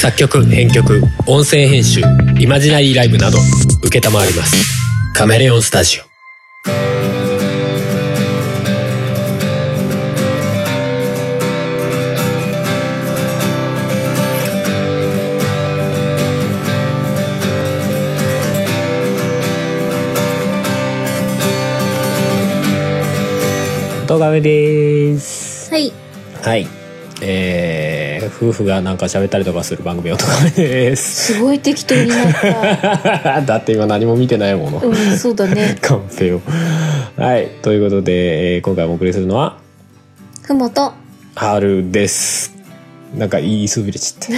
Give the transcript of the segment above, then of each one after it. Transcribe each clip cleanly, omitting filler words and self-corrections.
作曲編曲音声編集イマジナリーライブなど承ります。カメレオンスタジオ。動画目です。 はい。 はい。夫婦がなんか喋ったりとかする番組音がめです。 すごい適当になっただって今何も見てないもの。 うん、そうだね。 カンペを。はい。ということで、今回お送りするのはふもと春です。なんか言いそびれちゃって。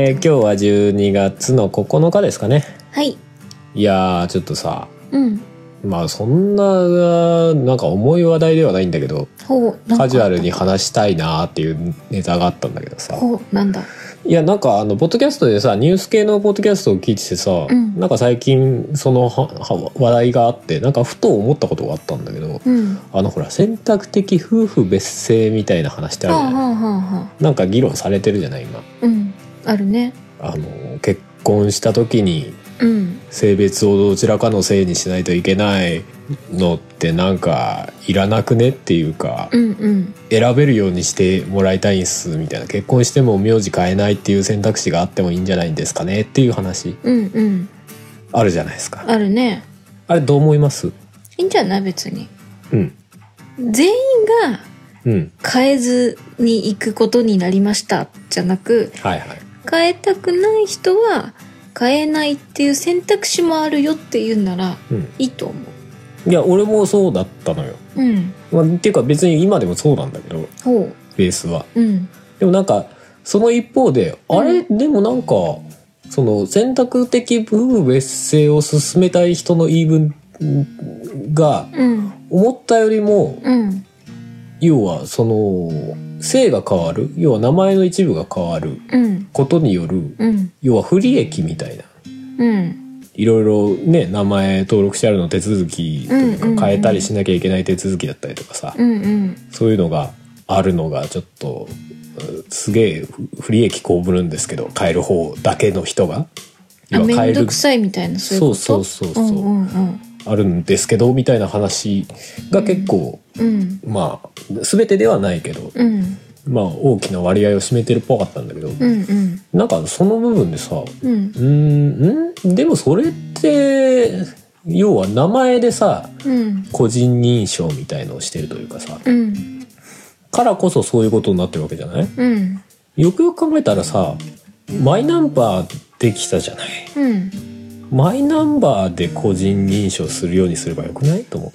今日は12月の9日ですかね。 はい。 いやーちょっとさ、まあそんななんか重い話題ではないんだけど、カジュアルに話したいなっていうネタがあったんだけどさ。 なんだ。 いやなんかポッドキャストでさ、ニュース系のポッドキャストを聞いててさ、なんか最近その話題があって、なんかふと思ったことがあったんだけど、ほら選択的夫婦別姓みたいな話ってあるじゃない。なんか議論されてるじゃない今。 あるね。 結婚した時に性別をどちらかの性にしないといけないのってなんかいらなくねっていうか、選べるようにしてもらいたいんすみたいな、結婚しても名字変えないっていう選択肢があってもいいんじゃないんですかねっていう話、あるじゃないですか。 あるね。 あれどう思います？ いいんじゃない別に。全員が変えずに行くことになりましたじゃなく、変えたくない人は変えないっていう選択肢もあるよっていうんならいいと思う。いや俺もそうだったのよ。っていうか別に今でもそうなんだけど、ベースは。でもなんかその一方で、あれでもなんかその選択的夫婦別姓を進めたい人の言い分が思ったよりも、要はその性が変わる、要は名前の一部が変わることによる、要は不利益みたいな、いろいろね、名前登録してあるの手続きというか変えたりしなきゃいけない手続きだったりとかさ、そういうのがあるのがちょっとすげえ不利益被るんですけど、変える方だけの人がめんどくさいみたいな、そういうこと。 そうあるんですけどみたいな話が結構、まあ全てではないけど、まあ大きな割合を占めてるっぽかったんだけど、なんかその部分でさ、でもそれって要は名前でさ、個人認証みたいのをしてるというかさ、からこそそういうことになってるわけじゃない？よくよく考えたらさ、マイナンバーできたじゃない。マイナンバーで個人認証するようにすればよくないと思って。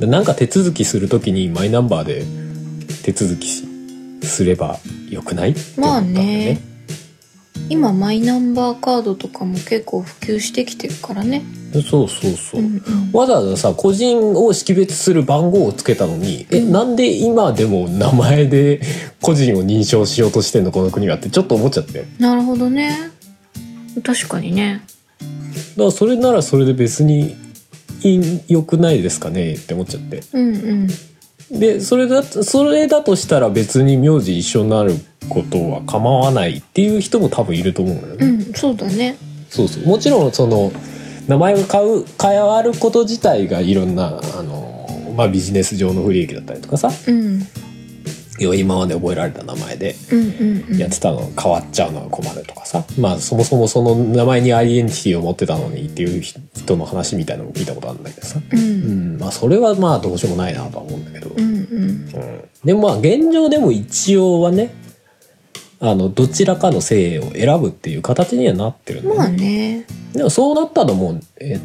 なんか手続きするときにマイナンバーで手続きすればよくないって思ったんだよね。 今マイナンバーカードとかも結構普及してきてるからね。 そう、わざわざさ個人を識別する番号をつけたのに、なんで今でも名前で個人を認証しようとしてんのこの国はってちょっと思っちゃって。なるほどね。確かにね。 だからそれならそれで別に良くないですかねって思っちゃって。でそれだとしたら別に名字一緒になることは構わないっていう人も多分いると思うのよね。 そうだね。 そうもちろんその名前が変わること自体がいろんなビジネス上の不利益だったりとかさ、要は今まで覚えられた名前でやってたの変わっちゃうのが困るとかさ、まあそもそもその名前にアイデンティティを持ってたのにっていう人の話みたいなのも聞いたことあるんだけどさ、まあそれはまあどうしようもないなとは思うんだけど、でもまあ現状でも一応はね、どちらかの性を選ぶっていう形にはなってるんだよね。でもそうなったのも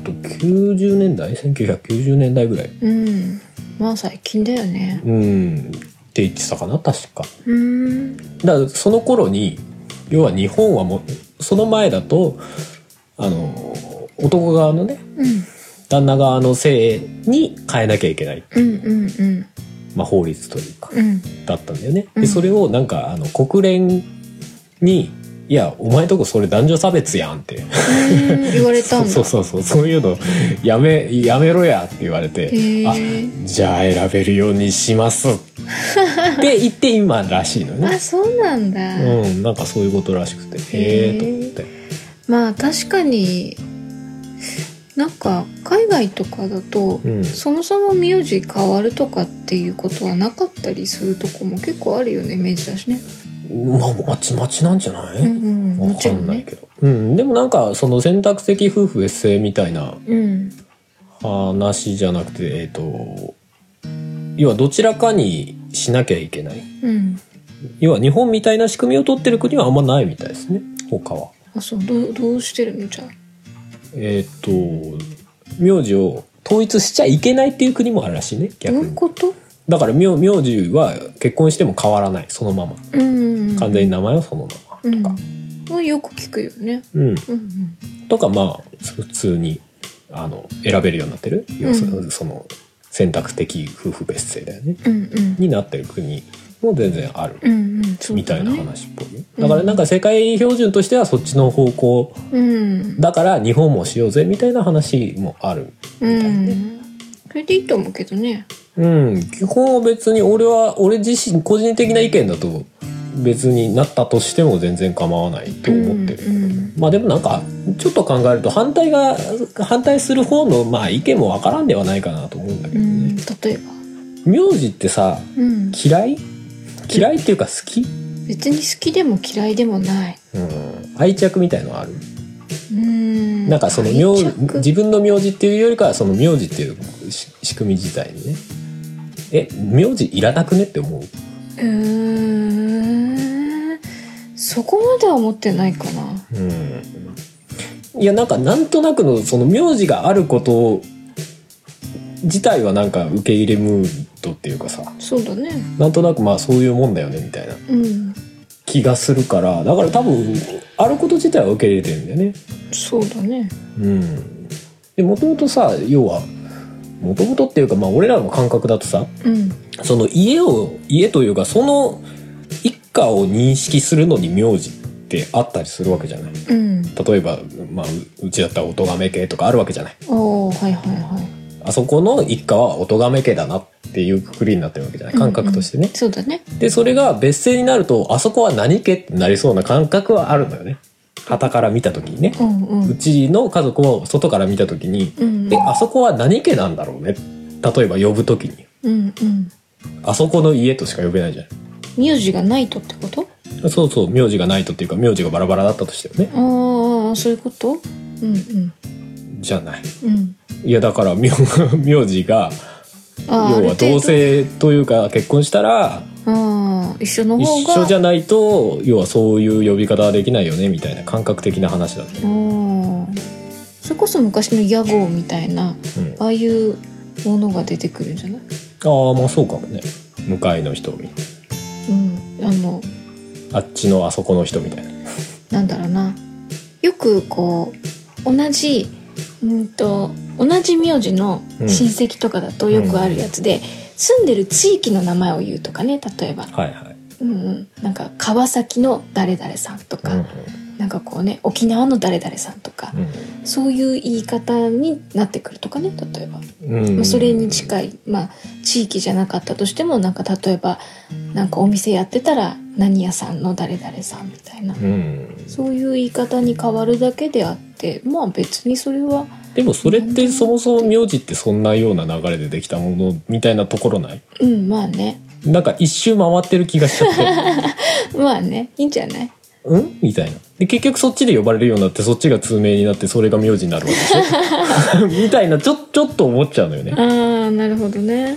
90年代1990年代ぐらい。 まあ最近だよね。 って言ってたかな確か。だからその頃に要は日本はもうその前だと男側のね、旦那側の性に変えなきゃいけない、まあ法律というか、だったんだよね。でそれをなんか国連にいやお前とこそれ男女差別やんって言われたんだ。 そういうのやめろやって言われて、じゃあ選べるようにしますっって言って今らしいのね。 あ、そうなんだ。 なんかそういうことらしくて、と思って。 まあ確かになんか海外とかだと、そもそも名字変わるとかっていうことはなかったりするとこも結構あるよね、イメージだしね。 まあまちまちなんじゃない？わかんないけど、でもなんかその選択的夫婦別姓みたいな話じゃなくて、要はどちらかにしなきゃいけない、要は日本みたいな仕組みを取ってる国はあんまないみたいですね、他は。 あ、そう、どうしてるのじゃあ。 名字を統一しちゃいけないっていう国もあるらしいね、逆に。 どういうこと？ だから名字は結婚しても変わらない、そのまま、完全に名前はそのままとか、 よく聞くよね。 とか、まあ普通に選べるようになってる、その選択的夫婦別姓だよね、になってる国も全然ある、みたいな話っぽい。だからなんか世界標準としてはそっちの方向、だから日本もしようぜみたいな話もあるみたいね。 それでいいと思うけどね。 基本は別に俺自身個人的な意見だと別になったとしても全然構わないと思ってる、まあでもなんかちょっと考えると反対する方のまあ意見もわからんではないかなと思うんだけどね。 例えば名字ってさ、嫌いっていうか好き？ 別に好きでも嫌いでもない。 愛着みたいのある？なんかその自分の名字っていうよりかはその名字っていう仕組み自体にね、名字いらなくねって思う？ そこまでは思ってないかな。 いや、なんとなくのその名字があること自体はなんか受け入れムードっていうかさ、 そうだね、 なんとなくまあそういうもんだよねみたいな気がするから、だから多分あること自体は受け入れてるんだよね。 そうだね。 でもともとさ、要はもともとっていうか、まあ俺らの感覚だとさ、その家というかその一家を認識するのに名字ってあったりするわけじゃない、例えば、まあ、うちだったらお咎め家とかあるわけじゃない。あそこの一家はお咎め家だなっていうくくりになってるわけじゃない、感覚としてね。 そうだね。 でそれが別姓になるとあそこは何家ってなりそうな感覚はあるのよね、傍から見た時にね、うちの家族を外から見た時に、あそこは何家なんだろうね、例えば呼ぶ時に、あそこの家としか呼べないじゃん。 名字がないとってこと？ そうそう、名字がないとっていうか名字がバラバラだったとしてもね。 そういうこと？ じゃない、いやだから名字が要は同性というか結婚したら一緒の方が一緒じゃないと要はそういう呼び方はできないよねみたいな感覚的な話だった。 それこそ昔の屋号みたいな、ああいうものが出てくるんじゃない？ まあそうかもね。向かいの人みたいな、あっちのあそこの人みたいな、 なんだろうな、よくこう同じ名字の親戚とかだとよくあるやつで、住んでる地域の名前を言うとかね、例えば、なんか川崎の誰々さんとか、なんかこうね、沖縄の誰々さんとか、そういう言い方になってくるとかね、例えば、それに近い、地域じゃなかったとしても、なんか例えばなんかお店やってたら何屋さんの誰々さんみたいな、そういう言い方に変わるだけであって、別にそれは。でもそれってそもそも名字ってそんなような流れでできたものみたいなところない？ まあね、 なんか一周回ってる気がしちゃってまあね、いいんじゃない？ みたいな。で結局そっちで呼ばれるようになって、そっちが通名になって、それが名字になるわけでしょみたいな、ちょっと思っちゃうのよね。 なるほどね。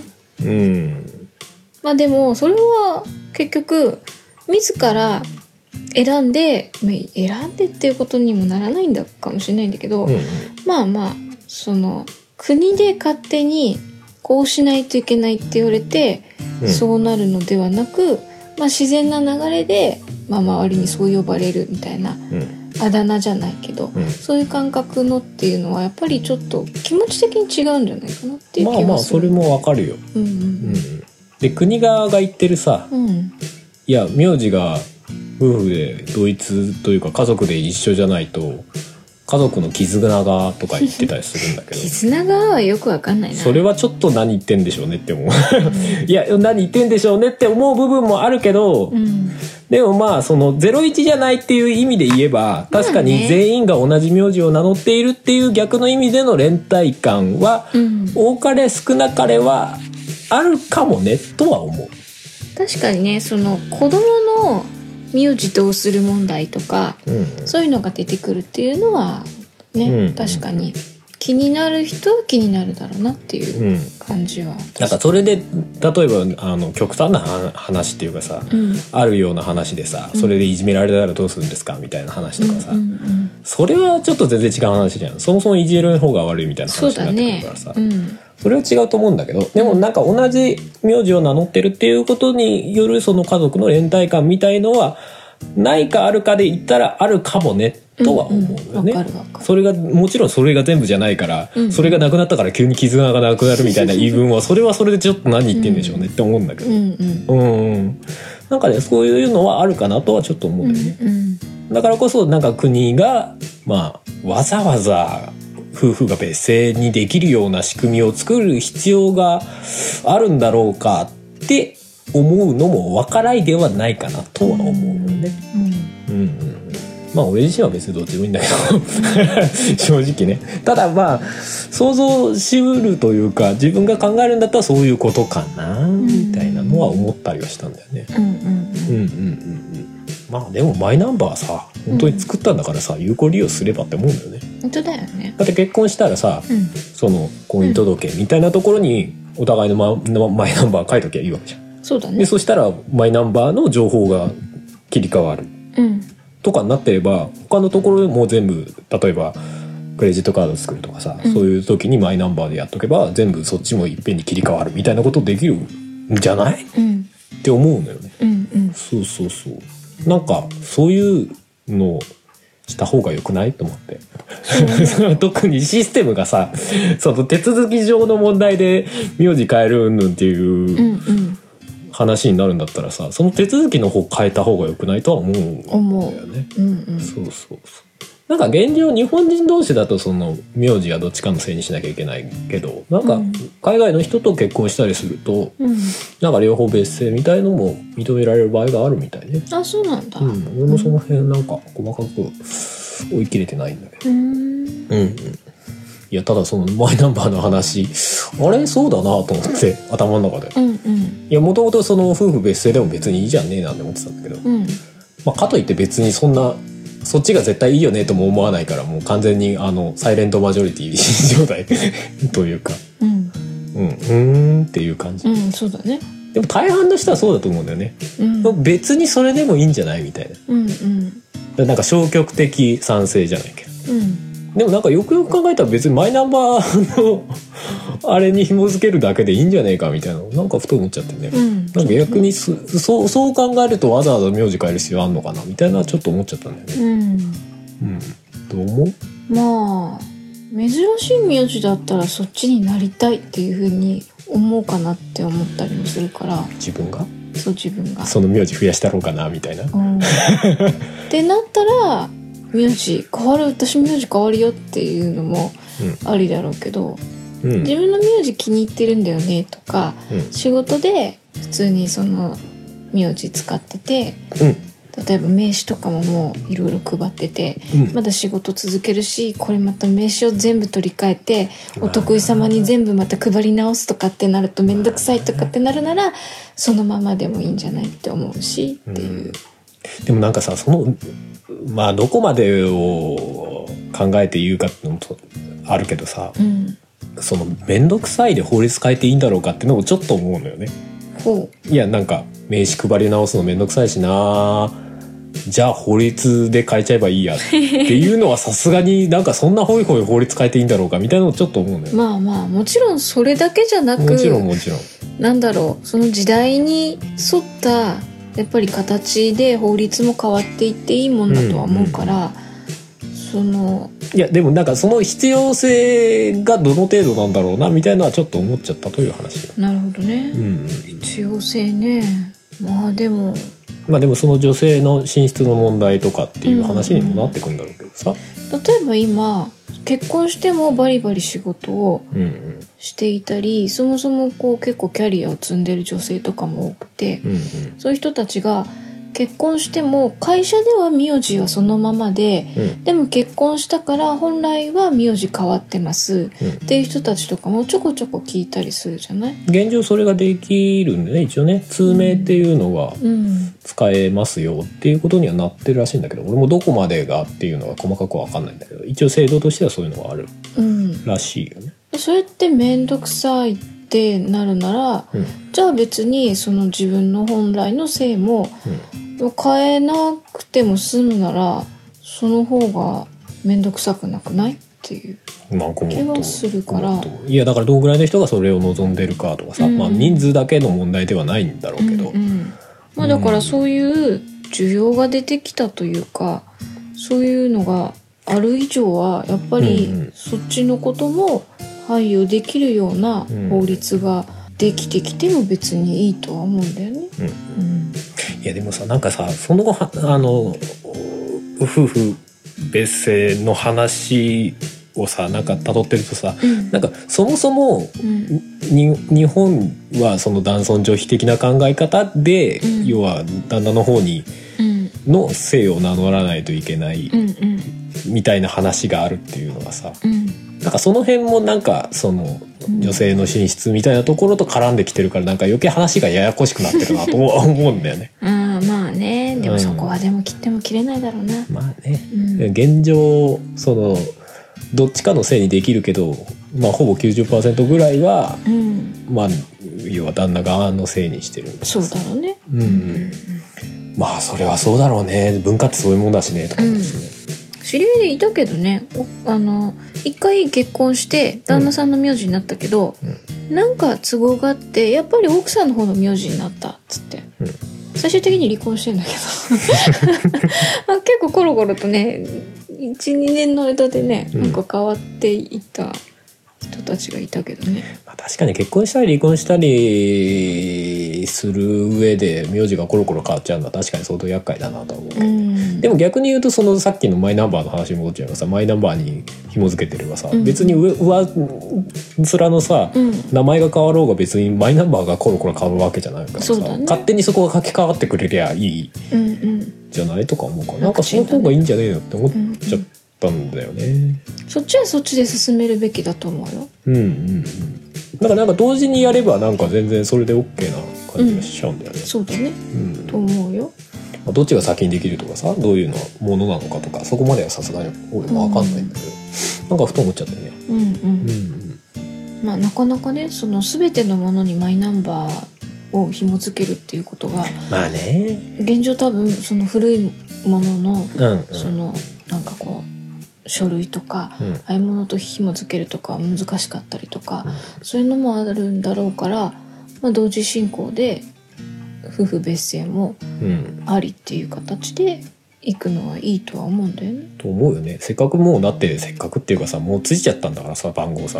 でもそれは結局自ら選んでっていうことにもならないんだかもしれないんだけど、その国で勝手にこうしないといけないって言われて、そうなるのではなく、自然な流れで、周りにそう呼ばれるみたいな、あだ名じゃないけど、そういう感覚のっていうのはやっぱりちょっと気持ち的に違うんじゃないかなっていう気がする。 それもわかるよ。で国側が言ってるさ、いや名字が夫婦で同一というか家族で一緒じゃないと家族の絆がとか言ってたりするんだけど絆がはよくわかんないな。 それはちょっと何言ってんでしょうねって思ういや何言ってんでしょうねって思う部分もあるけど、でもまあその01じゃないっていう意味で言えば確かに全員が同じ名字を名乗っているっていう逆の意味での連帯感は、多かれ少なかれはあるかもねとは思う。 確かにね、その子供の名字どうする問題とか、そういうのが出てくるっていうのはね、確かに気になる人は気になるだろうなっていう感じは、 なんかそれで例えば極端な話っていうかさ、あるような話でさ、それでいじめられたらどうするんですかみたいな話とかさ、それはちょっと全然違う話じゃん。そもそもいじめる方が悪いみたいな話になってくるからさ、それは違うと思うんだけど、でもなんか同じ名字を名乗ってるっていうことによるその家族の連帯感みたいのはないかあるかで言ったらあるかもねとは思うよね。それがもちろんそれが全部じゃないから、それがなくなったから急に絆がなくなるみたいな言い分はそれはそれでちょっと何言ってんでしょうねって思うんだけど、なんかねそういうのはあるかなとはちょっと思うんだよね。だからこそなんか国がまあわざわざ夫婦が別姓にできるような仕組みを作る必要があるんだろうかって思うのも分からいではないかなとは思うよね。まあ俺自身は別にどっちでもいいんだけど正直ね。ただまあ想像しうるというか自分が考えるんだったらそういうことかなみたいなのは思ったりはしたんだよね。まあでもマイナンバーさ本当に作ったんだからさ、有効利用すればって思うんだよね。 本当だよね。 だって結婚したらさ、その婚姻届みたいなところにお互いのマイナンバー書いときゃいいわけじゃん。 そうだね。 でそしたらマイナンバーの情報が切り替わる、とかになってれば他のところでもう全部例えばクレジットカード作るとかさ、そういう時にマイナンバーでやっとけば全部そっちもいっぺんに切り替わるみたいなことできるんじゃない、って思うのよね。そうそうそう。なんかそういうのをした方が良くないと思って特にシステムがさその手続き上の問題で名字変えるうんぬんっていう話になるんだったらさ、その手続きの方変えた方が良くないとは思うんだよね。そうそうそう。なんか現状日本人同士だとその名字はどっちかのせいにしなきゃいけないけど、なんか海外の人と結婚したりすると、なんか両方別姓みたいのも認められる場合があるみたいね。 あ、そうなんだ。 俺もその辺なんか細かく追い切れてないんだけど。いやただそのマイナンバーの話あれそうだなと思って頭の中で、いやもともとその夫婦別姓でも別にいいじゃんねえなんて思ってたんだけど、まあ、かといって別にそんなそっちが絶対いいよねとも思わないから、もう完全にサイレントマジョリティ状態というか、っていう感じ。 そうだね。 でも大半の人はそうだと思うんだよね。別にそれでもいいんじゃないみたいな。なんか消極的賛成じゃないけど。でもなんかよくよく考えたら別にマイナンバーのあれに紐付けるだけでいいんじゃねえかみたいな、なんかふと思っちゃってね、なんか逆にそう考えるとわざわざ名字変える必要あんのかなみたいなちょっと思っちゃったんだよね。どう思う？ まあ珍しい名字だったらそっちになりたいっていう風に思うかなって思ったりもするから。 自分がその名字増やしたろうかなみたいな、 ってなったら名字変わる、私名字変わるよっていうのもありだろうけど、自分の名字気に入ってるんだよねとか、仕事で普通にその名字使ってて、例えば名刺とかももういろいろ配ってて、まだ仕事続けるし、これまた名刺を全部取り替えてお得意様に全部また配り直すとかってなるとめんどくさいとかってなるならそのままでもいいんじゃないって思うしっていう。 でもなんかさそのまあどこまでを考えて言うかってのもあるけどさ、その面倒くさいで法律変えていいんだろうかってのもちょっと思うのよね。いやなんか名刺配り直すの面倒くさいしな、じゃあ法律で変えちゃえばいいやっていうのはさすがになんかそんなホイホイ法律変えていいんだろうかみたいなのちょっと思うのよ。 まあまあもちろんそれだけじゃなく、 もちろんなんだろう、その時代に沿ったやっぱり形で法律も変わっていっていいもんだとは思うから、いやでもなんかその必要性がどの程度なんだろうなみたいなのはちょっと思っちゃったという話。 なるほどね、必要性ね。まあでもその女性の進出の問題とかっていう話にもなってくんだろうけどさ、 例えば今結婚してもバリバリ仕事をしていたり、そもそもこう結構キャリアを積んでる女性とかも多くて、そういう人たちが結婚しても会社では名字はそのままで、でも結婚したから本来は名字変わってます、っていう人たちとかもちょこちょこ聞いたりするじゃない？ 現状それができるんでね、一応ね、通名っていうのが使えますよっていうことにはなってるらしいんだけど、俺もどこまでがっていうのは細かくは分かんないんだけど、一応制度としてはそういうのがあるらしいよね。 それって面倒くさいってなるなら、じゃあ別にその自分の本来の姓も変えなくても済むなら、その方が面倒くさくなくないっていう気はするから。 いやだからどのぐらいの人がそれを望んでるかとかさ、人数だけの問題ではないんだろうけど、 だからそういう需要が出てきたというか、そういうのがある以上はやっぱりそっちのことも配慮できるような法律ができてきても別にいいとは思うんだよね。 いやでもさ、なんかさ、その夫婦別姓の話をさ、なんか辿ってるとさ、なんかそもそも、日本はその男尊女卑的な考え方で、要は旦那の方にの姓を名乗らないといけない、みたいな話があるっていうのがさ、なんかその辺もなんかその女性の進出みたいなところと絡んできてるから、なんか余計話がややこしくなってるなと思うんだよね。 まあね、でもそこはでも切っても切れないだろうな。 まあね、現状そのどっちかのせいにできるけど、まあほぼ 90% ぐらいは、まあ要は旦那側のせいにしてるんだ。 そうだろうね。 まあそれはそうだろうね。文化ってそういうもんだしねとか思うしね。 知り合いでいたけどね、一回結婚して旦那さんの名字になったけど、なんか都合があってやっぱり奥さんの方の名字になったっつって、最終的に離婚してんだけど結構コロコロとね 1,2 年の間でね、なんか変わっていった人たちがいたけどね。 確かに結婚したり離婚したりする上で名字がコロコロ変わっちゃうのは確かに相当厄介だなと思うけど、でも逆に言うとそのさっきのマイナンバーの話に戻っちゃえばさ、マイナンバーに紐付けてればさ、別に上面のさ、名前が変わろうが別にマイナンバーがコロコロ変わるわけじゃないからさ、勝手にそこが書き換わってくれりゃいいじゃないとか思うから、なんかその方がいいんじゃねえのって思っちゃったんだよね。 そっちはそっちで進めるべきだと思うよ。 だからなんか同時にやればなんか全然それで OK な感じがしちゃうんだよね。 そうだね、と思うよ。 どっちが先にできるとかさ、どういうのものなのかとか、そこまではさすがに俺も分かんないんだけど、なんかふと思っちゃってね。まあなかなかね、その全てのものにマイナンバーを紐付けるっていうことが、 まあね、 現状多分その古いものの、そのなんかこう書類とか、ああいうものと紐付けるとか難しかったりとか、そういうのもあるんだろうから、同時進行で夫婦別姓もありっていう形で行くのはいいとは思うんだよね。 と思うよね。せっかくもうだってせっかくっていうかさ、もうついちゃったんだからさ、番号さ、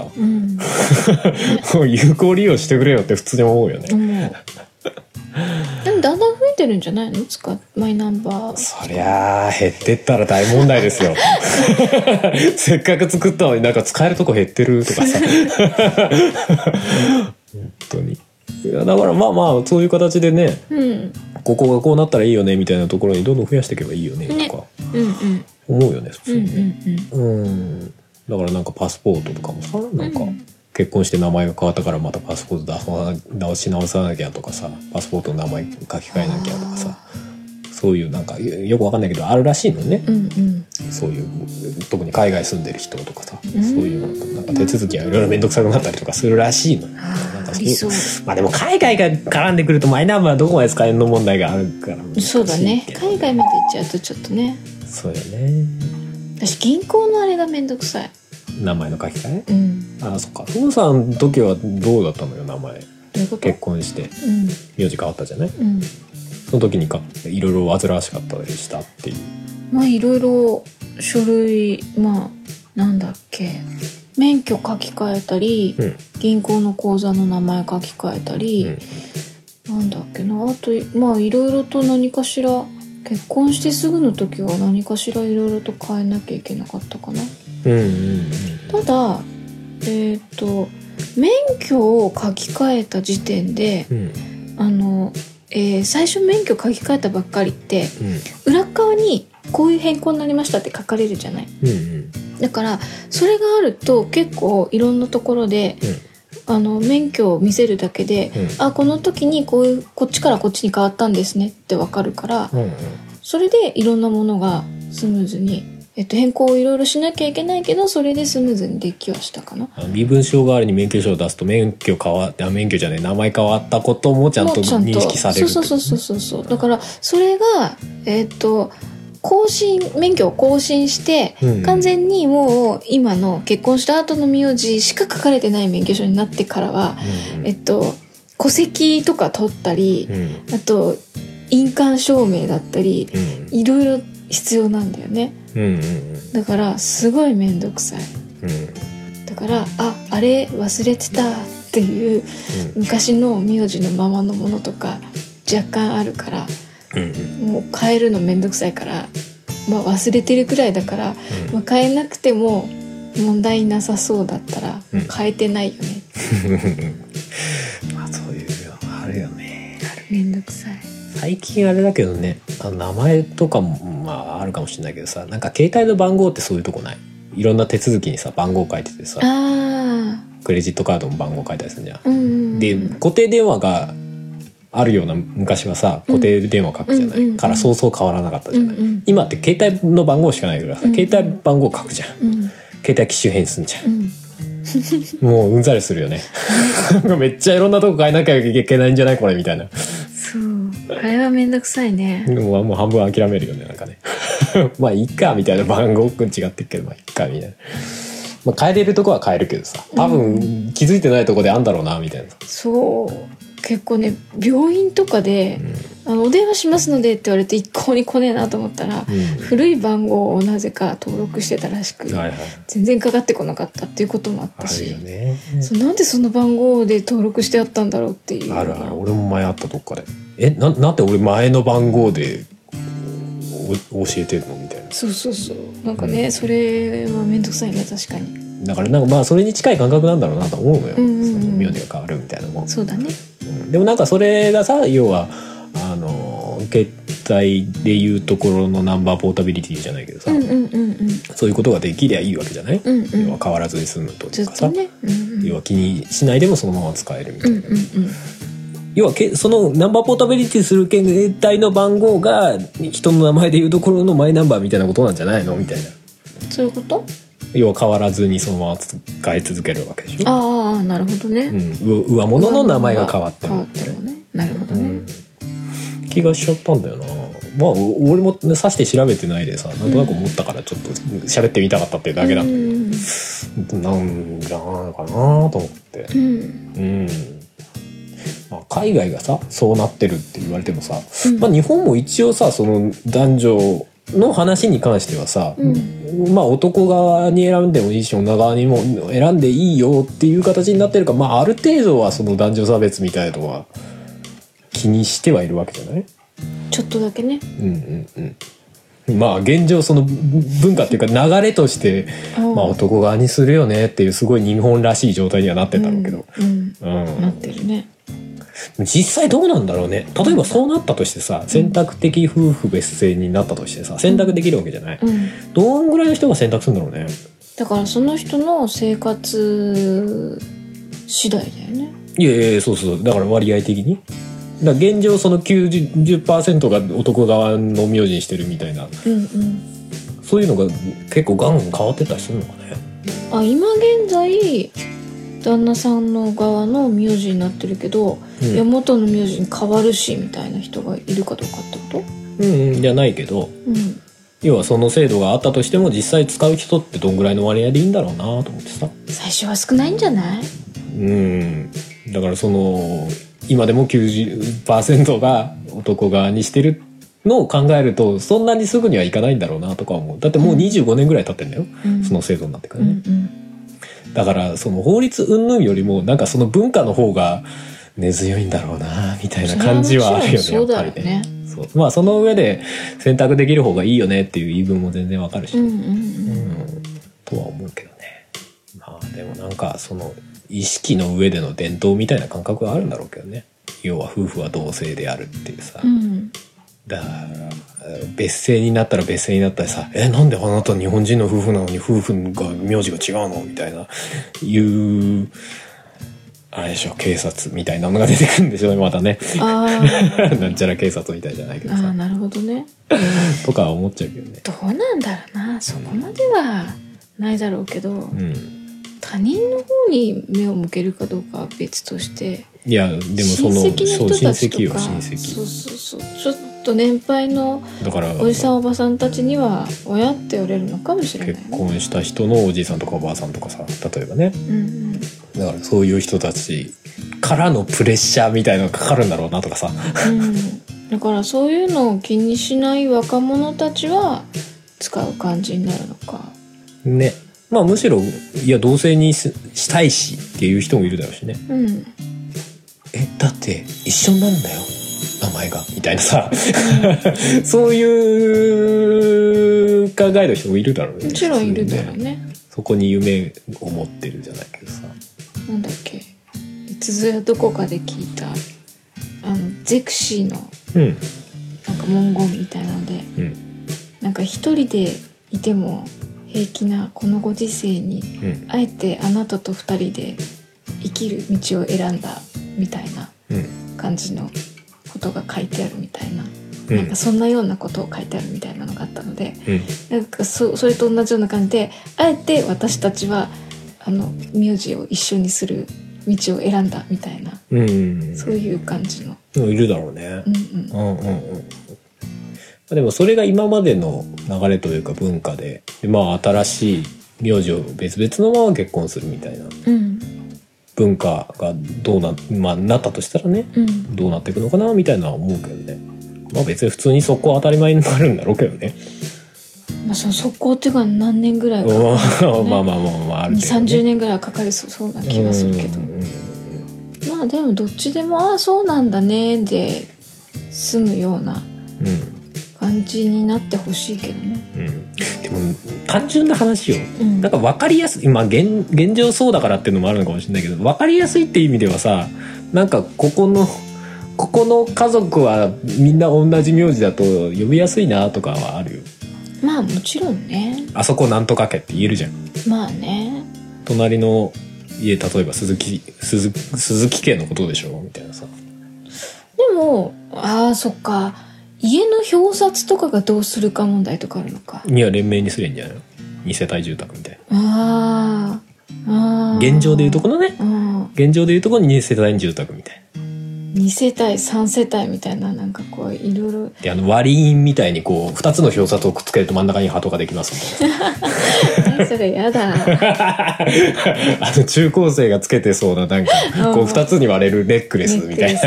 有効利用してくれよって普通に思うよね。 でもだんだん増えてるんじゃないの？マイナンバー。 そりゃあ減ってったら大問題ですよ。せっかく作ったのになんか使えるとこ減ってるとかさ。本当に。いやだからまあそういう形でね、ここがこうなったらいいよねみたいなところにどんどん増やしていけばいいよねとか思うよね、普通に。だからなんかパスポートとかもさ、なんか結婚して名前が変わったからまたパスポート直し直さなきゃとかさ、パスポートの名前書き換えなきゃとかさ、そういうなんかよくわかんないけどあるらしいのね、そういう特に海外住んでる人とかさ、そういうなんか手続きがいろいろ面倒くさくなったりとかするらしいの。まあでも海外が絡んでくるとマイナンバーどこまで使えるの問題があるからそうだね、海外まで行っちゃうとちょっとね。 そうよね。 私銀行のあれが面倒くさい、 名前の書き換え。ああそっか。ふむさんの時はどうだったのよ、名前。どういうこと？結婚して名字変わったじゃない、その時にいろいろ煩わしかったりしたっていう。 まあいろいろ書類、なんだっけ、免許書き換えたり、銀行の口座の名前書き換えたり、なんだっけな、あといろいろと何かしら結婚してすぐの時は何かしらいろいろと変えなきゃいけなかったかな。ただ免許を書き換えた時点で、最初免許書き換えたばっかりって、裏側にこういう変更になりましたって書かれるじゃない、だからそれがあると結構いろんなところで、免許を見せるだけで、この時にこっちからこっちに変わったんですねってわかるから、それでいろんなものがスムーズに、変更をいろいろしなきゃいけないけど、それでスムーズにできはしたかな。 身分証代わりに免許証を出すと名前変わったこともちゃんと認識される。 そうだからそれが免許を更新して、完全にもう今の結婚した後の名字しか書かれてない免許証になってからは、戸籍とか取ったり、あと印鑑証明だったり、いろいろ必要なんだよね。だからすごいめんどくさい。だからあれ忘れてたっていう、昔の名字のままのものとか若干あるから、もう変えるのめんどくさいから、忘れてるくらいだから、変えなくても問題なさそうだったら変えてないよね。 そういうのあるよね。 めんどくさい。 最近あれだけどね、名前とかもあるかもしれないけどさ、なんか携帯の番号ってそういうとこない？いろんな手続きにさ番号書いててさ、クレジットカードも番号書いたりするじゃん。で固定電話があるような昔はさ固定電話書くじゃない、からそうそう変わらなかったじゃない、今って携帯の番号しかないからさ、携帯番号書くじゃん、携帯機種変すんじゃん、もううんざりするよね。めっちゃいろんなとこ変えなきゃいけないんじゃないこれみたいな。 あれはめんどくさいね。 でももう半分諦めるよね、なんかね。まあいいかみたいな、番号くん違ってっけどまあいいかみたいな。変えれるとこは変えるけどさ、多分気づいてないとこであんだろうなみたいな。 そう結構ね、病院とかで、お電話しますのでって言われて一向に来ねえなと思ったら、古い番号をなぜか登録してたらしく、全然かかってこなかったっていうこともあったし、なんでその番号で登録してあったんだろうっていう。 ある俺も前あったどっかで、なんで俺前の番号で教えてるのみたいな。 そうなんかね、それはめんどくさいね、確かに。 だからなんかそれに近い感覚なんだろうなと思うのよ、その名字が変わるみたいなもん。 そうだね、 でもなんかそれがさ、要は携帯でいうところのナンバーポータビリティじゃないけどさ、そういうことができりゃいいわけじゃない、要は変わらずに済むというかさ、要は気にしないでもそのまま使えるみたいな、要はそのナンバーポータビリティする携帯の番号が人の名前でいうところのマイナンバーみたいなことなんじゃないのみたいな。 そういうこと？ 要は変わらずにそのまま使い続けるわけでしょ。 なるほどね、 上物の名前が変わってるね。なるほどね、 気がしちゃったんだよな。俺も指して調べてないでさ、なんとなく思ったからちょっと喋ってみたかったっていうだけなんだけど、なんじゃないかなと思って、海外がさそうなってるって言われてもさ、日本も一応さその男女の話に関してはさ、男側に選んでもいいし女側にも選んでいいよっていう形になってるから、ある程度はその男女差別みたいなのは気にしてはいるわけじゃない？ ちょっとだけね。 現状その文化っていうか流れとして、男側にするよねっていうすごい日本らしい状態にはなってたろうけど、 なってるね。 実際どうなんだろうね。例えばそうなったとしてさ、選択的夫婦別姓になったとしてさ、選択できるわけじゃない、どんぐらいの人が選択するんだろうね。だからその人の生活次第だよね。 いやそうだから割合的にだから現状その 90% が男側の名字にしてるみたいな、そういうのが結構ガンガン変わってたりするのかね。 今現在旦那さんの側の名字になってるけど、元の名字に変わるしみたいな人がいるかどうかってこと？ じゃないけど、要はその制度があったとしても実際使う人ってどんぐらいの割合でいいんだろうなと思ってさ。 最初は少ないんじゃない？ だからその今でも 90% が男側にしてるのを考えるとそんなにすぐにはいかないんだろうなとか思う。だってもう25年ぐらい経ってんだよ、その制度になってからね、だからその法律云々よりもなんかその文化の方が根強いんだろうなみたいな感じはあるよね。 そうだよね。 そうまあその上で選択できる方がいいよねっていう言い分も全然わかるし、とは思うけどね。まあでもなんかその意識の上での伝統みたいな感覚があるんだろうけどね。要は夫婦は同姓であるっていうさ、だから別姓になったら別姓になったらさ、なんであなた日本人の夫婦なのに夫婦が名字が違うのみたいないうあれでしょ、警察みたいなのが出てくるんでしょうね、またね。なんちゃら警察みたいじゃないけどさ。 なるほどね。 とか思っちゃうけどね。 どうなんだろうな、そこまではないだろうけど、他人の方に目を向けるかどうかは別として。 いやでもその親戚の人たちとか、 親戚そうちょっと年配のおじさんおばさんたちには親って言われるのかもしれない、ね、 結婚した人のおじいさんとかおばあさんとかさ、例えばね、だからそういう人たちからのプレッシャーみたいなのがかかるんだろうなとかさ、 だからそういうのを気にしない若者たちは使う感じになるのかね。まあむしろいや同性にしたいしっていう人もいるだろうしね。だって一緒になるんだよ名前がみたいなさ、そういう考えの人もいるだろうね。 もちろんいるだろうね。 そこに夢を持ってるじゃないけどさ、 なんだっけ、いつぞやどこかで聞いたゼクシーのなんか文言みたいなので、なんか一人でいても平気なこのご時世に、あえてあなたと二人で生きる道を選んだみたいな感じのことが書いてあるみたいな、なんかそんなようなことを書いてあるみたいなのがあったので、なんかそれと同じような感じで、あえて私たちは名字を一緒にする道を選んだみたいな、そういう感じのいるだろうね。でもそれが今までの流れというか文化で、まあ新しい名字を別々のまま結婚するみたいな、文化がどうなったとしたらね、どうなっていくのかなみたいな思うけどね。まあ別に普通にそこは当たり前になるんだろうけどね。まあその速攻っていうか何年ぐらいかかる、 ね、まああるけど、ね、 2、30年ぐらいかかりそうな気がするけど、まあでもどっちでもそうなんだねで済むような感じになってほしいけどね。 でも単純な話よ、なんか分かりやすい、まあ現状そうだからっていうのもあるのかもしれないけど、分かりやすいっていう意味ではさ、なんかここの家族はみんな同じ名字だと呼びやすいなとかはあるよ。 まあもちろんね。 あそこなんとか家って言えるじゃん。 まあね。 隣の家、例えば鈴木家のことでしょみたいなさ。 でもそっか、家の表札とかがどうするか問題とかあるのか。 いや連名にすりゃいいんじゃないの。2世帯住宅みたいな。現状でいうとこのね、現状でいうとこに2世帯住宅みたいな。 2世帯3世帯みたいな、なんかこういろいろで割り印みたいにこう2つの表札をくっつけると真ん中にハトができますみたいな。 それやだ。 中高生がつけてそうななんかこう2つに割れるネックレスみたいな。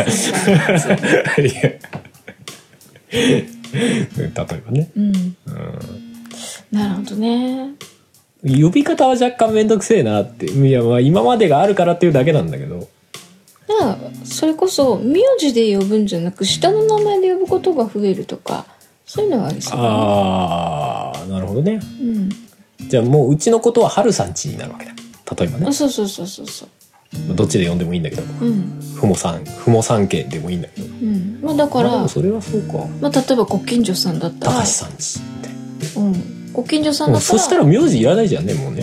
例えばね、 なるほどね。 呼び方は若干めんどくせえなって、いやまあ今までがあるからっていうだけなんだけど、 それこそ名字で呼ぶんじゃなく下の名前で呼ぶことが増えるとか、そういうのはありそうだね。 なるほどね、じゃあもううちのことは春さんちになるわけだ、例えばね。 そうどっちで呼んでもいいんだけど、ふもさん家でもいいんだけど、 まあだから、 でもそれはそうか、 まあ、例えばご近所さんだったら高橋さんちみたいな、 ご近所さんだったらそしたら名字いらないじゃんね、もうね。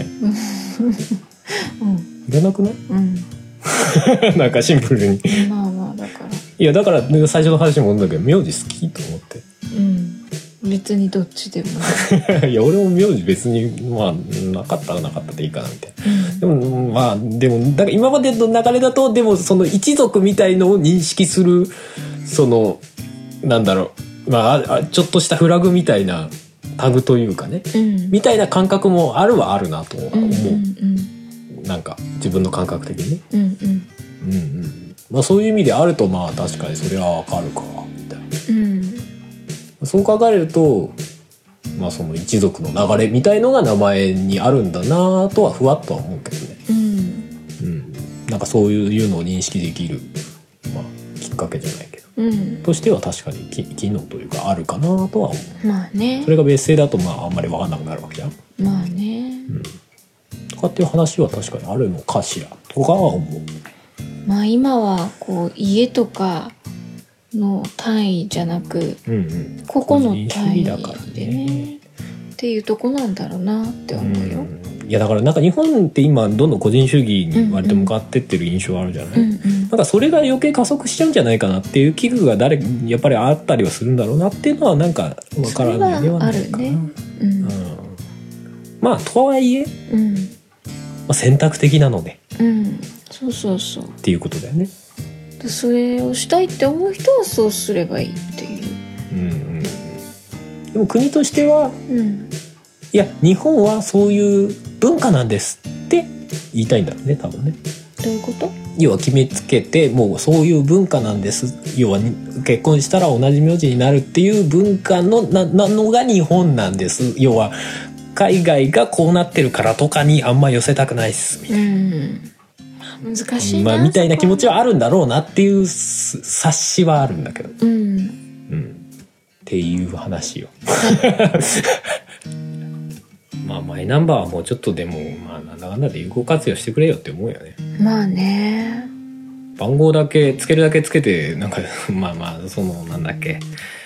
いらなくない？なんかシンプルに。 まあだから。 いやだから最初の話も思うんだけど、名字好きと思って。 別にどっちでも。 いや俺も名字別にまあなかったらなかったでいいかなみたいな。でもだから今までの流れだと、でもその一族みたいのを認識する、そのなんだろう、ちょっとしたフラグみたいなタグというかね、みたいな感覚もあるなと思う。なんか自分の感覚的にね。そういう意味であると、まあ確かにそれはわかるかみたいな。そう考えると、まあその一族の流れみたいのが名前にあるんだなとはふわっとは思うけどね。なんかそういうのを認識できる、きっかけじゃないけど。 としては確かに機能というかあるかなとは思う。 まあね。 それが別姓だとあんまり分かんなくなるわけじゃん。 まあね。 とかっていう話は確かにあるのかしらとかは思う。 まあ今はこう家とかの単位じゃなく、個々の単位でねっていうとこなんだろうなって思うよ。 いやだからなんか日本って今どんどん個人主義に割と向かってってる印象あるじゃない、なんかそれが余計加速しちゃうんじゃないかなっていう危惧がやっぱりあったりはするんだろうなっていうのはなんか分からないではないかな。まあとはいえ、選択的なので、 そうっていうことだよね。 それをしたいって思う人はそうすればいいっていう。 でも国としては、いや日本はそういう文化なんですって言いたいんだろうね多分ね。 どういうこと？ 要は決めつけてもうそういう文化なんです。要は結婚したら同じ名字になるっていう文化なのが日本なんです。要は海外がこうなってるからとかにあんま寄せたくないっすみたいな。 難しいな、 みたいな気持ちはあるんだろうなっていう察しはあるんだけど、っていう話よ。まあマイナンバーはもうちょっとでもなんだかんだで有効活用してくれよって思うよね。 まあね。 番号だけつけるだけつけてなんかそのなんだっけ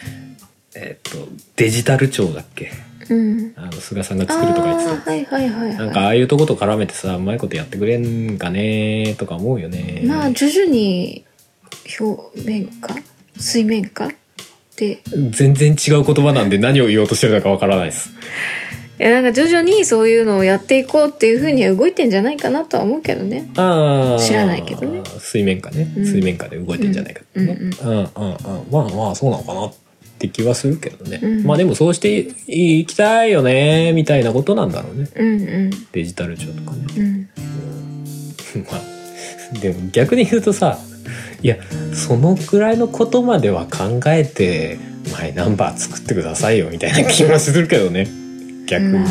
デジタル庁だっけ、菅さんが作るとか言ってた。なんかああいうとこと絡めてさうまいことやってくれんかねとか思うよね。 まあ徐々に表面化水面下って全然違う言葉なんで何を言おうとしてるのかわからないです。 いやなんか徐々にそういうのをやっていこうっていう風には動いてんじゃないかなとは思うけどね。知らないけどね。 水面下ね、水面下で動いてんじゃないかってね。まあそうなのかなって気はするけどね。まあでもそうしていきたいよねみたいなことなんだろうね。デジタル庁とかね。まあでも逆に言うとさ、いやそのくらいのことまでは考えてマイナンバー作ってくださいよみたいな気もするけどね。逆に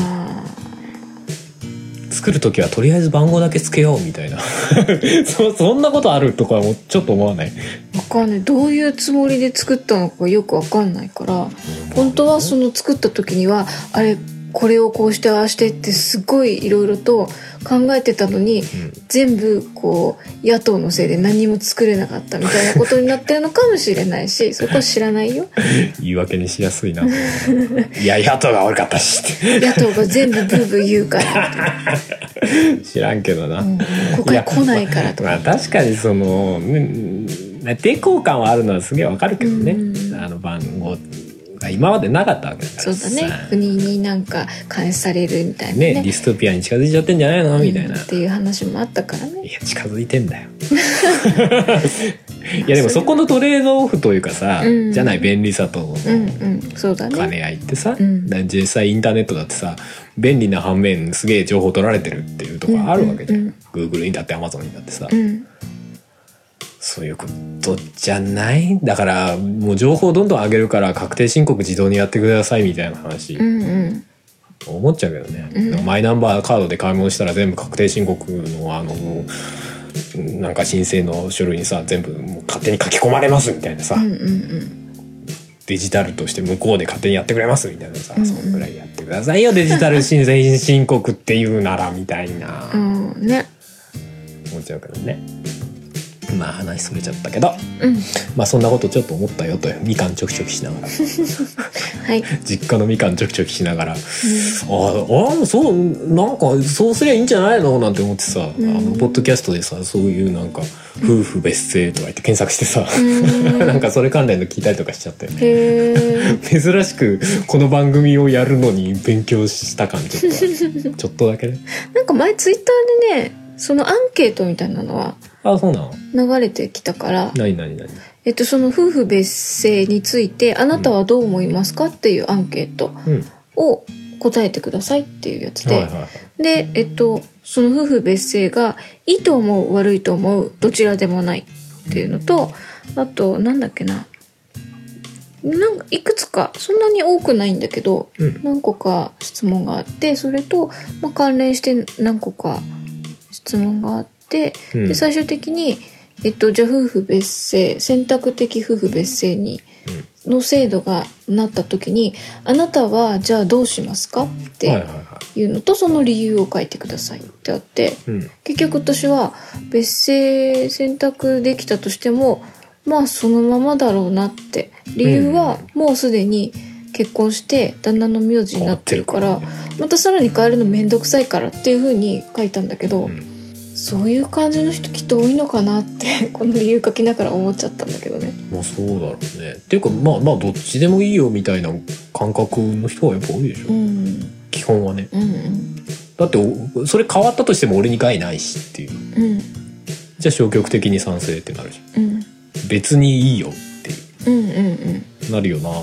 作る時はとりあえず番号だけつけようみたいなそんなことあるとかもちょっと思わない？ わかんない。どういうつもりで作ったのかよくわかんないから、本当はその作った時にはあれこれをこうしてああしてってすごいいろいろと考えてたのに、全部こう野党のせいで何も作れなかったみたいなことになってるのかもしれないし、そこは知らないよ。 言い訳にしやすいな。いや野党が悪かったしって。 野党が全部ブーブー言うから知らんけどな。 ここに来ないからとか。 確かにその抵抗感はあるのはすげえわかるけどね。番号今までなかったわけだから。 そうだね。国になんか監視されるみたいなね。 ディストピアに近づいちゃってんじゃないのみたいな。 っていう話もあったからね。 いや近づいてんだよ。いやでもそこのトレードオフというかさ、じゃない便利さとそうだね。 兼ね合いってさ、実際インターネットだってさ便利な反面すげえ情報取られてるっていうところあるわけじゃん。Google にだって Amazon にだってさ。そういうことじゃない？だからもう情報どんどん上げるから確定申告自動にやってくださいみたいな話、思っちゃうけどね、マイナンバーカードで買い物したら全部確定申告のなんか申請の書類にさ全部もう勝手に書き込まれますみたいなさ、デジタルとして向こうで勝手にやってくれますみたいなさ、そんぐらいやってくださいよデジタル申請申告っていうならみたいな、 ね、 思っちゃうけどね。まあ話それちゃったけど、まあそんなことちょっと思ったよとみかんちょきちょきしながらはい、実家のみかんちょきちょきしながら、そうなんかそうすりゃいいんじゃないのなんて思ってさ、ポッドキャストでさそういうなんか夫婦別姓とか言って検索してさ、なんかそれ関連の聞いたりとかしちゃったよね。珍しくこの番組をやるのに勉強した感ちょっとだけね。 なんか前ツイッターでねそのアンケートみたいなのはそうなの流れてきたから、 何その夫婦別姓についてあなたはどう思いますかっていうアンケートを答えてくださいっていうやつで、でその夫婦別姓がいいと思う悪いと思うどちらでもないっていうのと、あとなんだっけな、なんかいくつかそんなに多くないんだけど、何個か質問があって、それと、関連して何個か質問があって、で最終的にじゃあ夫婦別姓、選択的夫婦別姓に、の制度がなった時に、あなたはじゃあどうしますかっていうのと、その理由を書いてくださいってあって、結局私は別姓選択できたとしても、まあそのままだろうなって。理由はもうすでに結婚して旦那の名字になってるから、またさらに変えるのめんどくさいからっていう風に書いたんだけど、そういう感じの人きっと多いのかなってこの理由書きながら思っちゃったんだけどね。 まあそうだろうね。っていうかまあどっちでもいいよみたいな感覚の人はやっぱ多いでしょ、基本はね、だってそれ変わったとしても俺に害ないしっていう、じゃあ消極的に賛成ってなるじゃん、別にいいよっていう、なるよなと思って。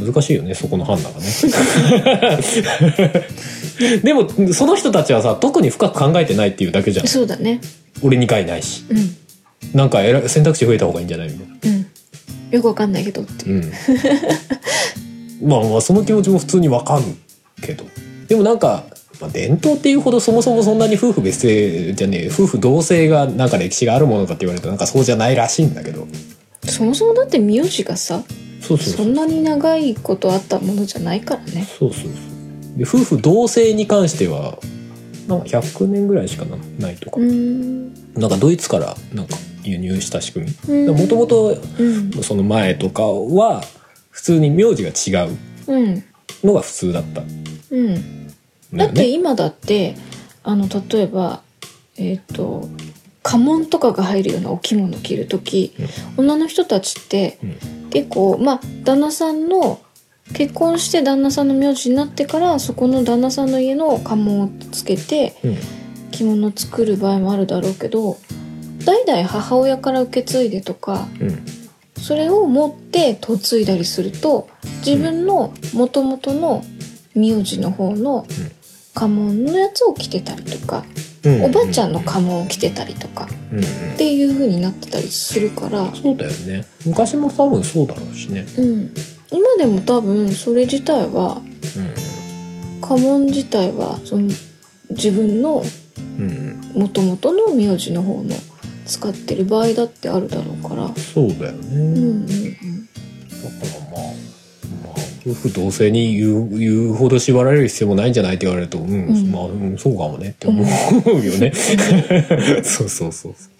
難しいよね、そこの判断がねでもその人たちはさ、特に深く考えてないっていうだけじゃん。 そうだね。 俺に害ないし、なんか選択肢増えた方がいいんじゃないみたいな、 よくわかんないけどっていう、 まあその気持ちも普通にわかるけど、でもなんか、伝統っていうほどそもそもそんなに夫婦別姓じゃねえ、夫婦同姓がなんか歴史があるものかって言われるとなんかそうじゃないらしいんだけど、 そもそもだって名字がさ、そんなに長いことあったものじゃないからね。で夫婦同姓に関してはなんか100年ぐらいしかないとか、なんかドイツからなんか輸入した仕組み、もともとその前とかは普通に名字が違うのが普通だった、 だって今だって例えば家紋とかが入るようなお着物着るとき、女の人たちって、結構旦那さんの結婚して旦那さんの名字になってからそこの旦那さんの家の家紋をつけて着物作る場合もあるだろうけど、代々母親から受け継いでとか、それを持って嫁いだりすると自分の元々の名字の方の家紋のやつを着てたりとか、おばあちゃんの家紋を着てたりとか、っていう風になってたりするから。 そうだよね。昔も多分そうだろうしね。 今でも多分それ自体は、家紋自体はその自分の元々の名字の方の使ってる場合だってあるだろうから。 そうだよね。だから夫婦同姓に言うほど縛られる必要もないんじゃないって言われると、そうかもねって思うよね。そう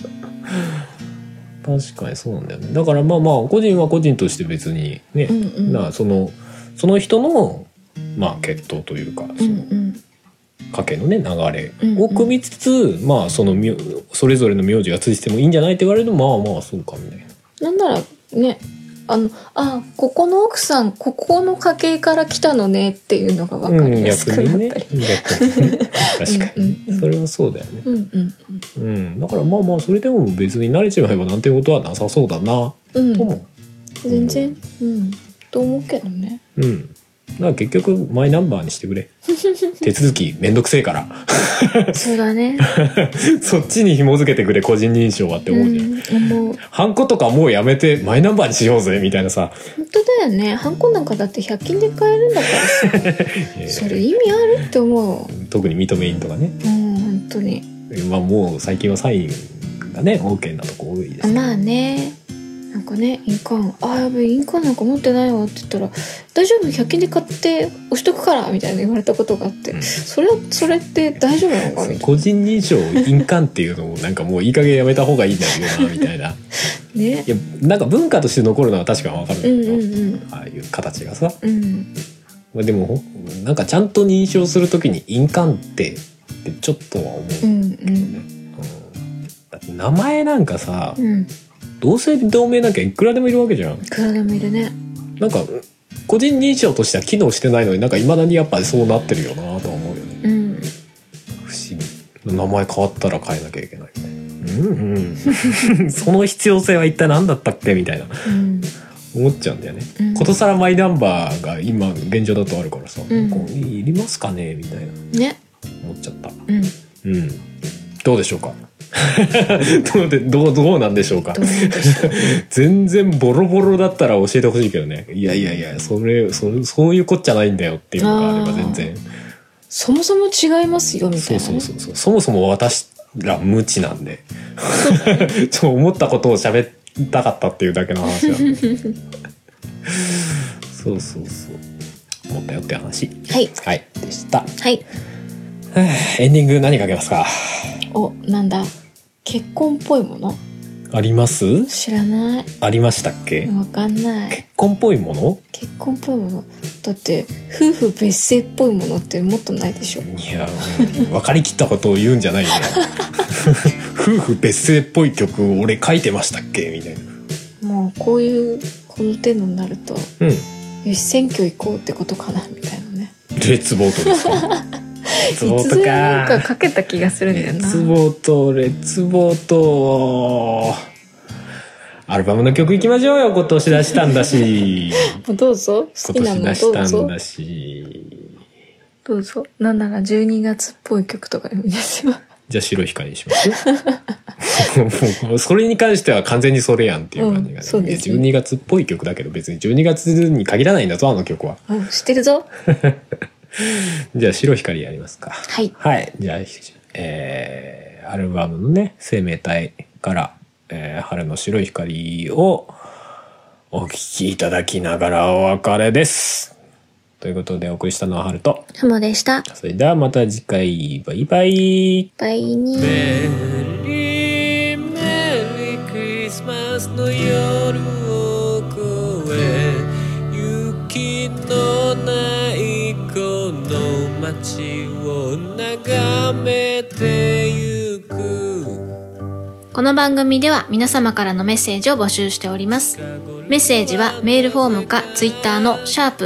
確かにそうなんだよね。だから個人は個人として別にね、その人の血統というか、家系のね流れを組みつつ、それぞれの名字がついてもいいんじゃないって言われると、そうかみたいな。なんならね、ここの奥さんここの家系から来たのねっていうのが分かりやすくなったり、 確かにそれはそうだよね。だからそれでも別に慣れちまえばなんてことはなさそうだなとも、 全然と思うけどね。 だから結局マイナンバーにしてくれ。手続きめんどくせえからそうだねそっちに紐付けてくれ個人認証はって思うじゃん。ハンコとかもうやめてマイナンバーにしようぜみたいなさ。 本当だよね。ハンコなんかだって100均で買えるんだからさそれ意味あるって思う。 特に認め印とかね。 本当に。 もう最近はサインがね OK なとこ多いです、 ね。なんかね、印鑑やべえ印鑑なんか持ってないわって言ったら大丈夫100均で買って押しとくからみたいな言われたことがあって、それって大丈夫なのかみたいな。 個人認証印鑑っていうのもなんかもういい加減やめた方がいいんだよなみたいなね。いやなんか文化として残るのは確か分かるんだけど、ああいう形がさ、でもなんかちゃんと認証するときに印鑑ってちょっとは思う、だって名前なんかさ、同姓同名なきゃいくらでもいるわけじゃん。いくらでもいるね。 なんか個人認証としては機能してないのになんか未だにやっぱりそうなってるよなとは思うよね。不思議。名前変わったら変えなきゃいけないみたいな。その必要性は一体何だったっけみたいな、思っちゃうんだよね。ことさらマイナンバーが今現状だとあるからさ、いりますかねみたいな、ね、思っちゃった。どうでしょうかどうなんでしょうか全然ボロボロだったら教えてほしいけどね。いやそういうこっちゃないんだよっていうのがあれば全然。 そもそも違いますよみたいな、ね、 そうそもそも私ら無知なんで思ったことを喋ったかったっていうだけの話なんでそう思ったよって話。 はい、 はい、でした。 はい。 エンディング何かけますか？ なんだ、結婚っぽいものあります？ 知らない。 ありましたっけ？ わかんない。 結婚っぽいもの？ 結婚っぽいものだって夫婦別姓っぽいものってもっとないでしょ。 いや、分かりきったことを言うんじゃないよ夫婦別姓っぽい曲俺書いてましたっけみたいな。 もうこの程度になると、よし選挙行こうってことかなみたいなね。 レッツボートですか？レッツボートか。 なんかかけた気がするんだよな。 レッツボートアルバムの曲いきましょうよ。今年出したんだしどうぞ。好きなのどうぞ。 今年出したんだしどうぞ。なんなら12月っぽい曲とかでもいいですよ。 じゃあ白い光にしますもうそれに関しては完全にそれやんっていう感じが、 そうですね。 12月っぽい曲だけど別に12月に限らないんだぞあの曲は。 知ってるぞじゃあ白い光やりますか。 はい、 はい、じゃあ、アルバムのね生命体から、春の白い光をお聴きいただきながらお別れです。ということでお送りしたのは春とふもでした。 それではまた次回、バイバイ。 バイニー。 メリーメリークリスマスの夜を越え、雪のないこの街を眺めてゆく。 この番組では皆様からのメッセージを募集しております。メッセージはメールフォームかツイッターの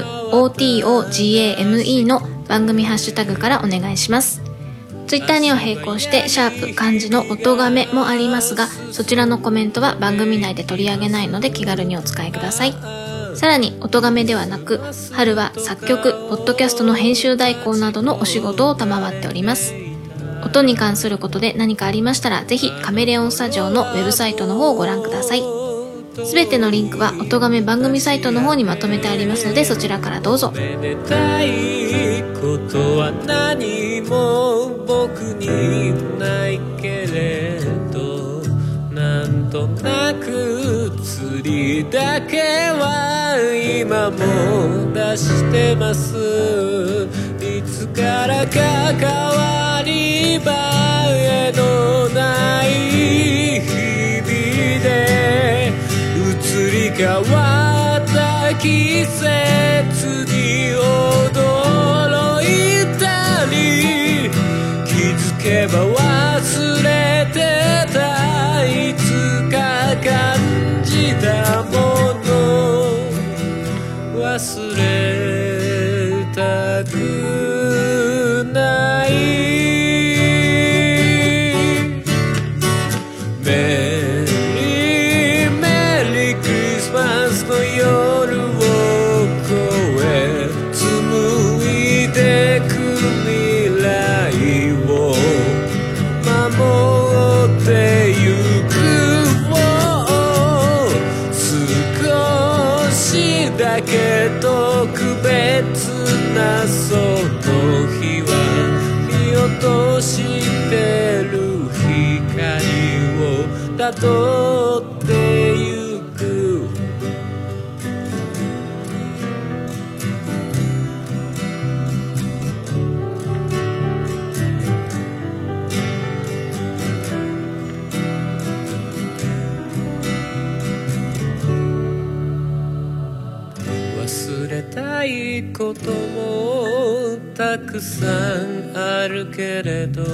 #OTOGAME の番組ハッシュタグからお願いします。ツイッターには並行して漢字の音がめもありますが、そちらのコメントは番組内で取り上げないので気軽にお使いください。さらに音がめではなく、春は作曲、ポッドキャストの編集代行などのお仕事を賜っております。音に関することで何かありましたら、ぜひカメレオンスタジオのウェブサイトの方をご覧ください。すべてのリンクは音がめ番組サイトの方にまとめてありますので、そちらからどうぞ。めでたいことは何も僕にないけれど、なんとなく釣りだけは今も出してます。いつからか変わり映えのない日々で移り変わった季節に驚いたり、気づけば忘れてたいつか感じたもの、忘れたくない特別なその日は見落としてる光をたどってゆく。忘れたいこともたくさんあるけれど、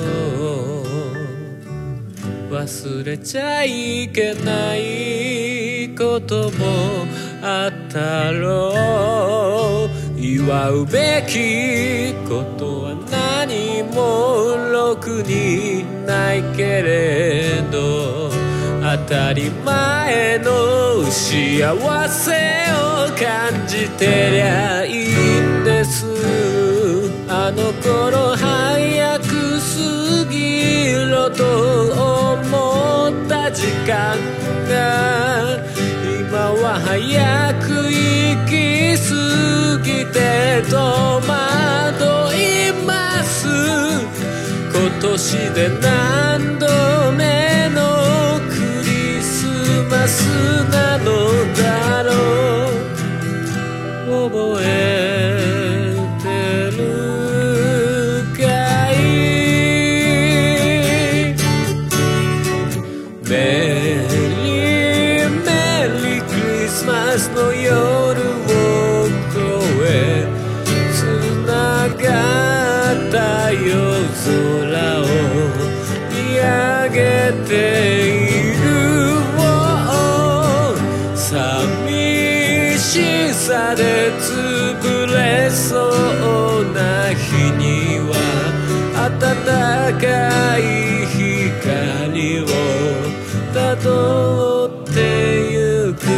忘れちゃいけないこともあったろう。祝うべきことは何もろくにないけれど、当たり前の幸せを感じてりゃいいんです。あの頃早く過ぎろと思った時間が今は早く行き過ぎて戸惑います。今年で何度スなのだろう。覚えてるかい。メリーメリークリスマスの夜を越えつながった夜空を見上げている。寂しさで潰れそうな日には暖かい光をたどってゆく。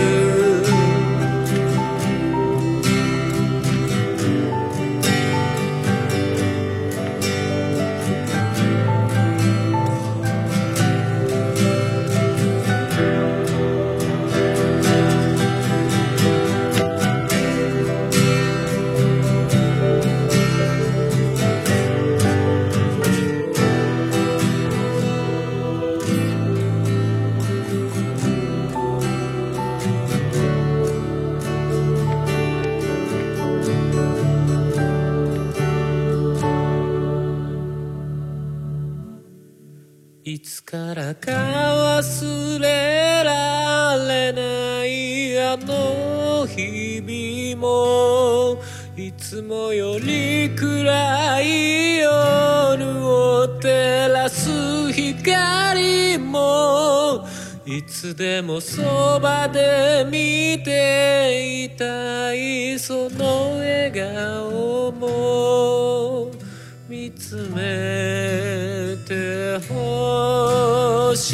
いつからか忘れられないあの日々も、いつもより暗い夜を照らす光も、いつでもそばで見ていたいその笑顔も見つめてほし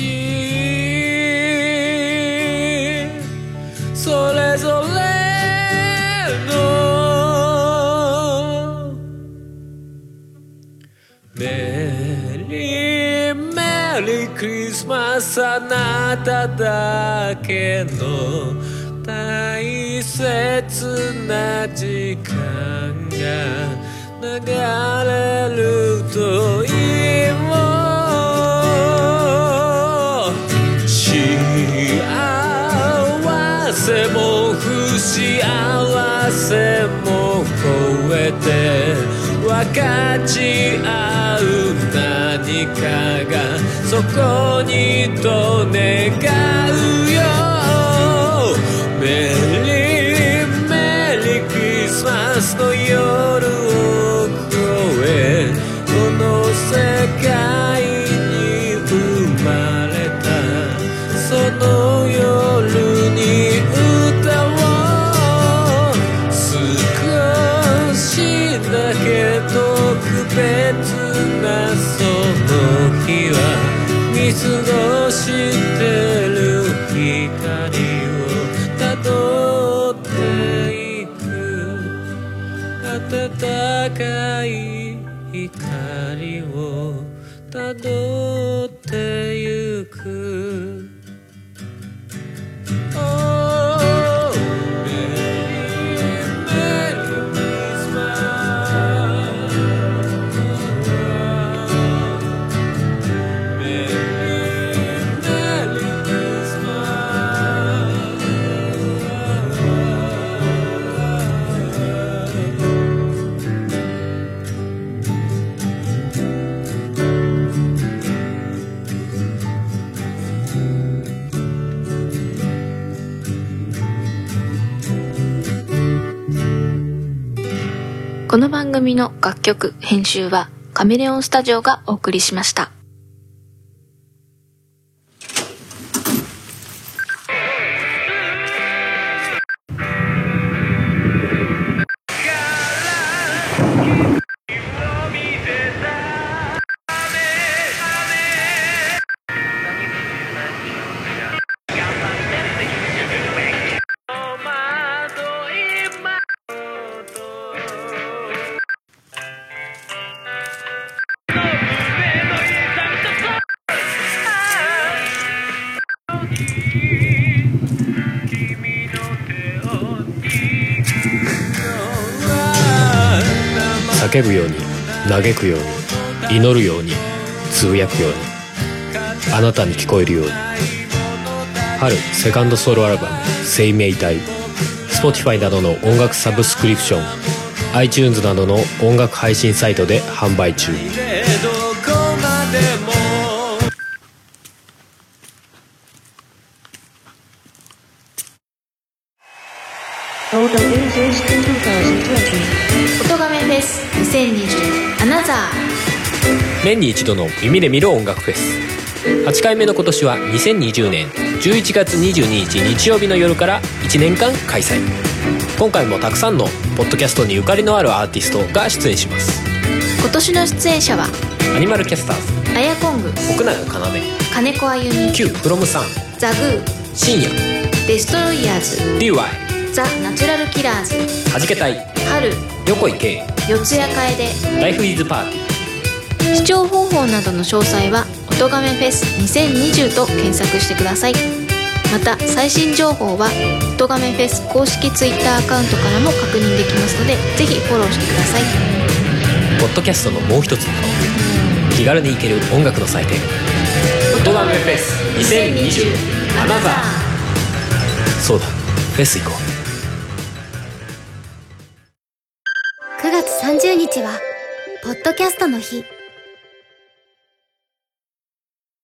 い。それぞれのメリーメリークリスマス、あなただけの大切な時間が流れるといいも、幸せも不幸せも超えて分かち合う何かがそこにと願うよ。メリーメリークリスマスの夜を越え、この世界に生まれたその夜に歌おう。少しだけ特別なその日は見過ごしてる光をたどっていく。暖かい光をたどってゆく。 この番組の楽曲編集はカメレオンスタジオがお送りしました。 叫ぶように嘆くように祈るようにつぶやくようにあなたに聞こえるように春セカンドソロアルバム生命体、 Spotify などの音楽サブスクリプション、 iTunes などの音楽配信サイトで販売中。 音亀フェス2020アナザー。 年に一度の耳で見る音楽フェス。8回目の今年は2020年11月22日日曜日の夜から1年間開催。今回もたくさんのポッドキャストにゆかりのあるアーティストが出演します。 今年の出演者はアニマルキャスターズ、 アヤコング、 奥永要、 金子あゆみ、 Q フロムさん、 ザグー、 深夜、 デストロイヤーズ、 DY、 ザ・ナチュラルキラーズ、 はじけたい、 春、 横井圭、 四谷楓、 ライフイズパーティー。 視聴方法などの詳細は音亀フェス2020と検索してください。また最新情報は音亀フェス公式 Twitter アカウントからも確認できますので、ぜひフォローしてください。 ポッドキャストのもう一つの顔、気軽に行ける音楽の祭典、音亀フェス2020アナザー。そうだ、フェス行こう。 9月30日はポッドキャストの日。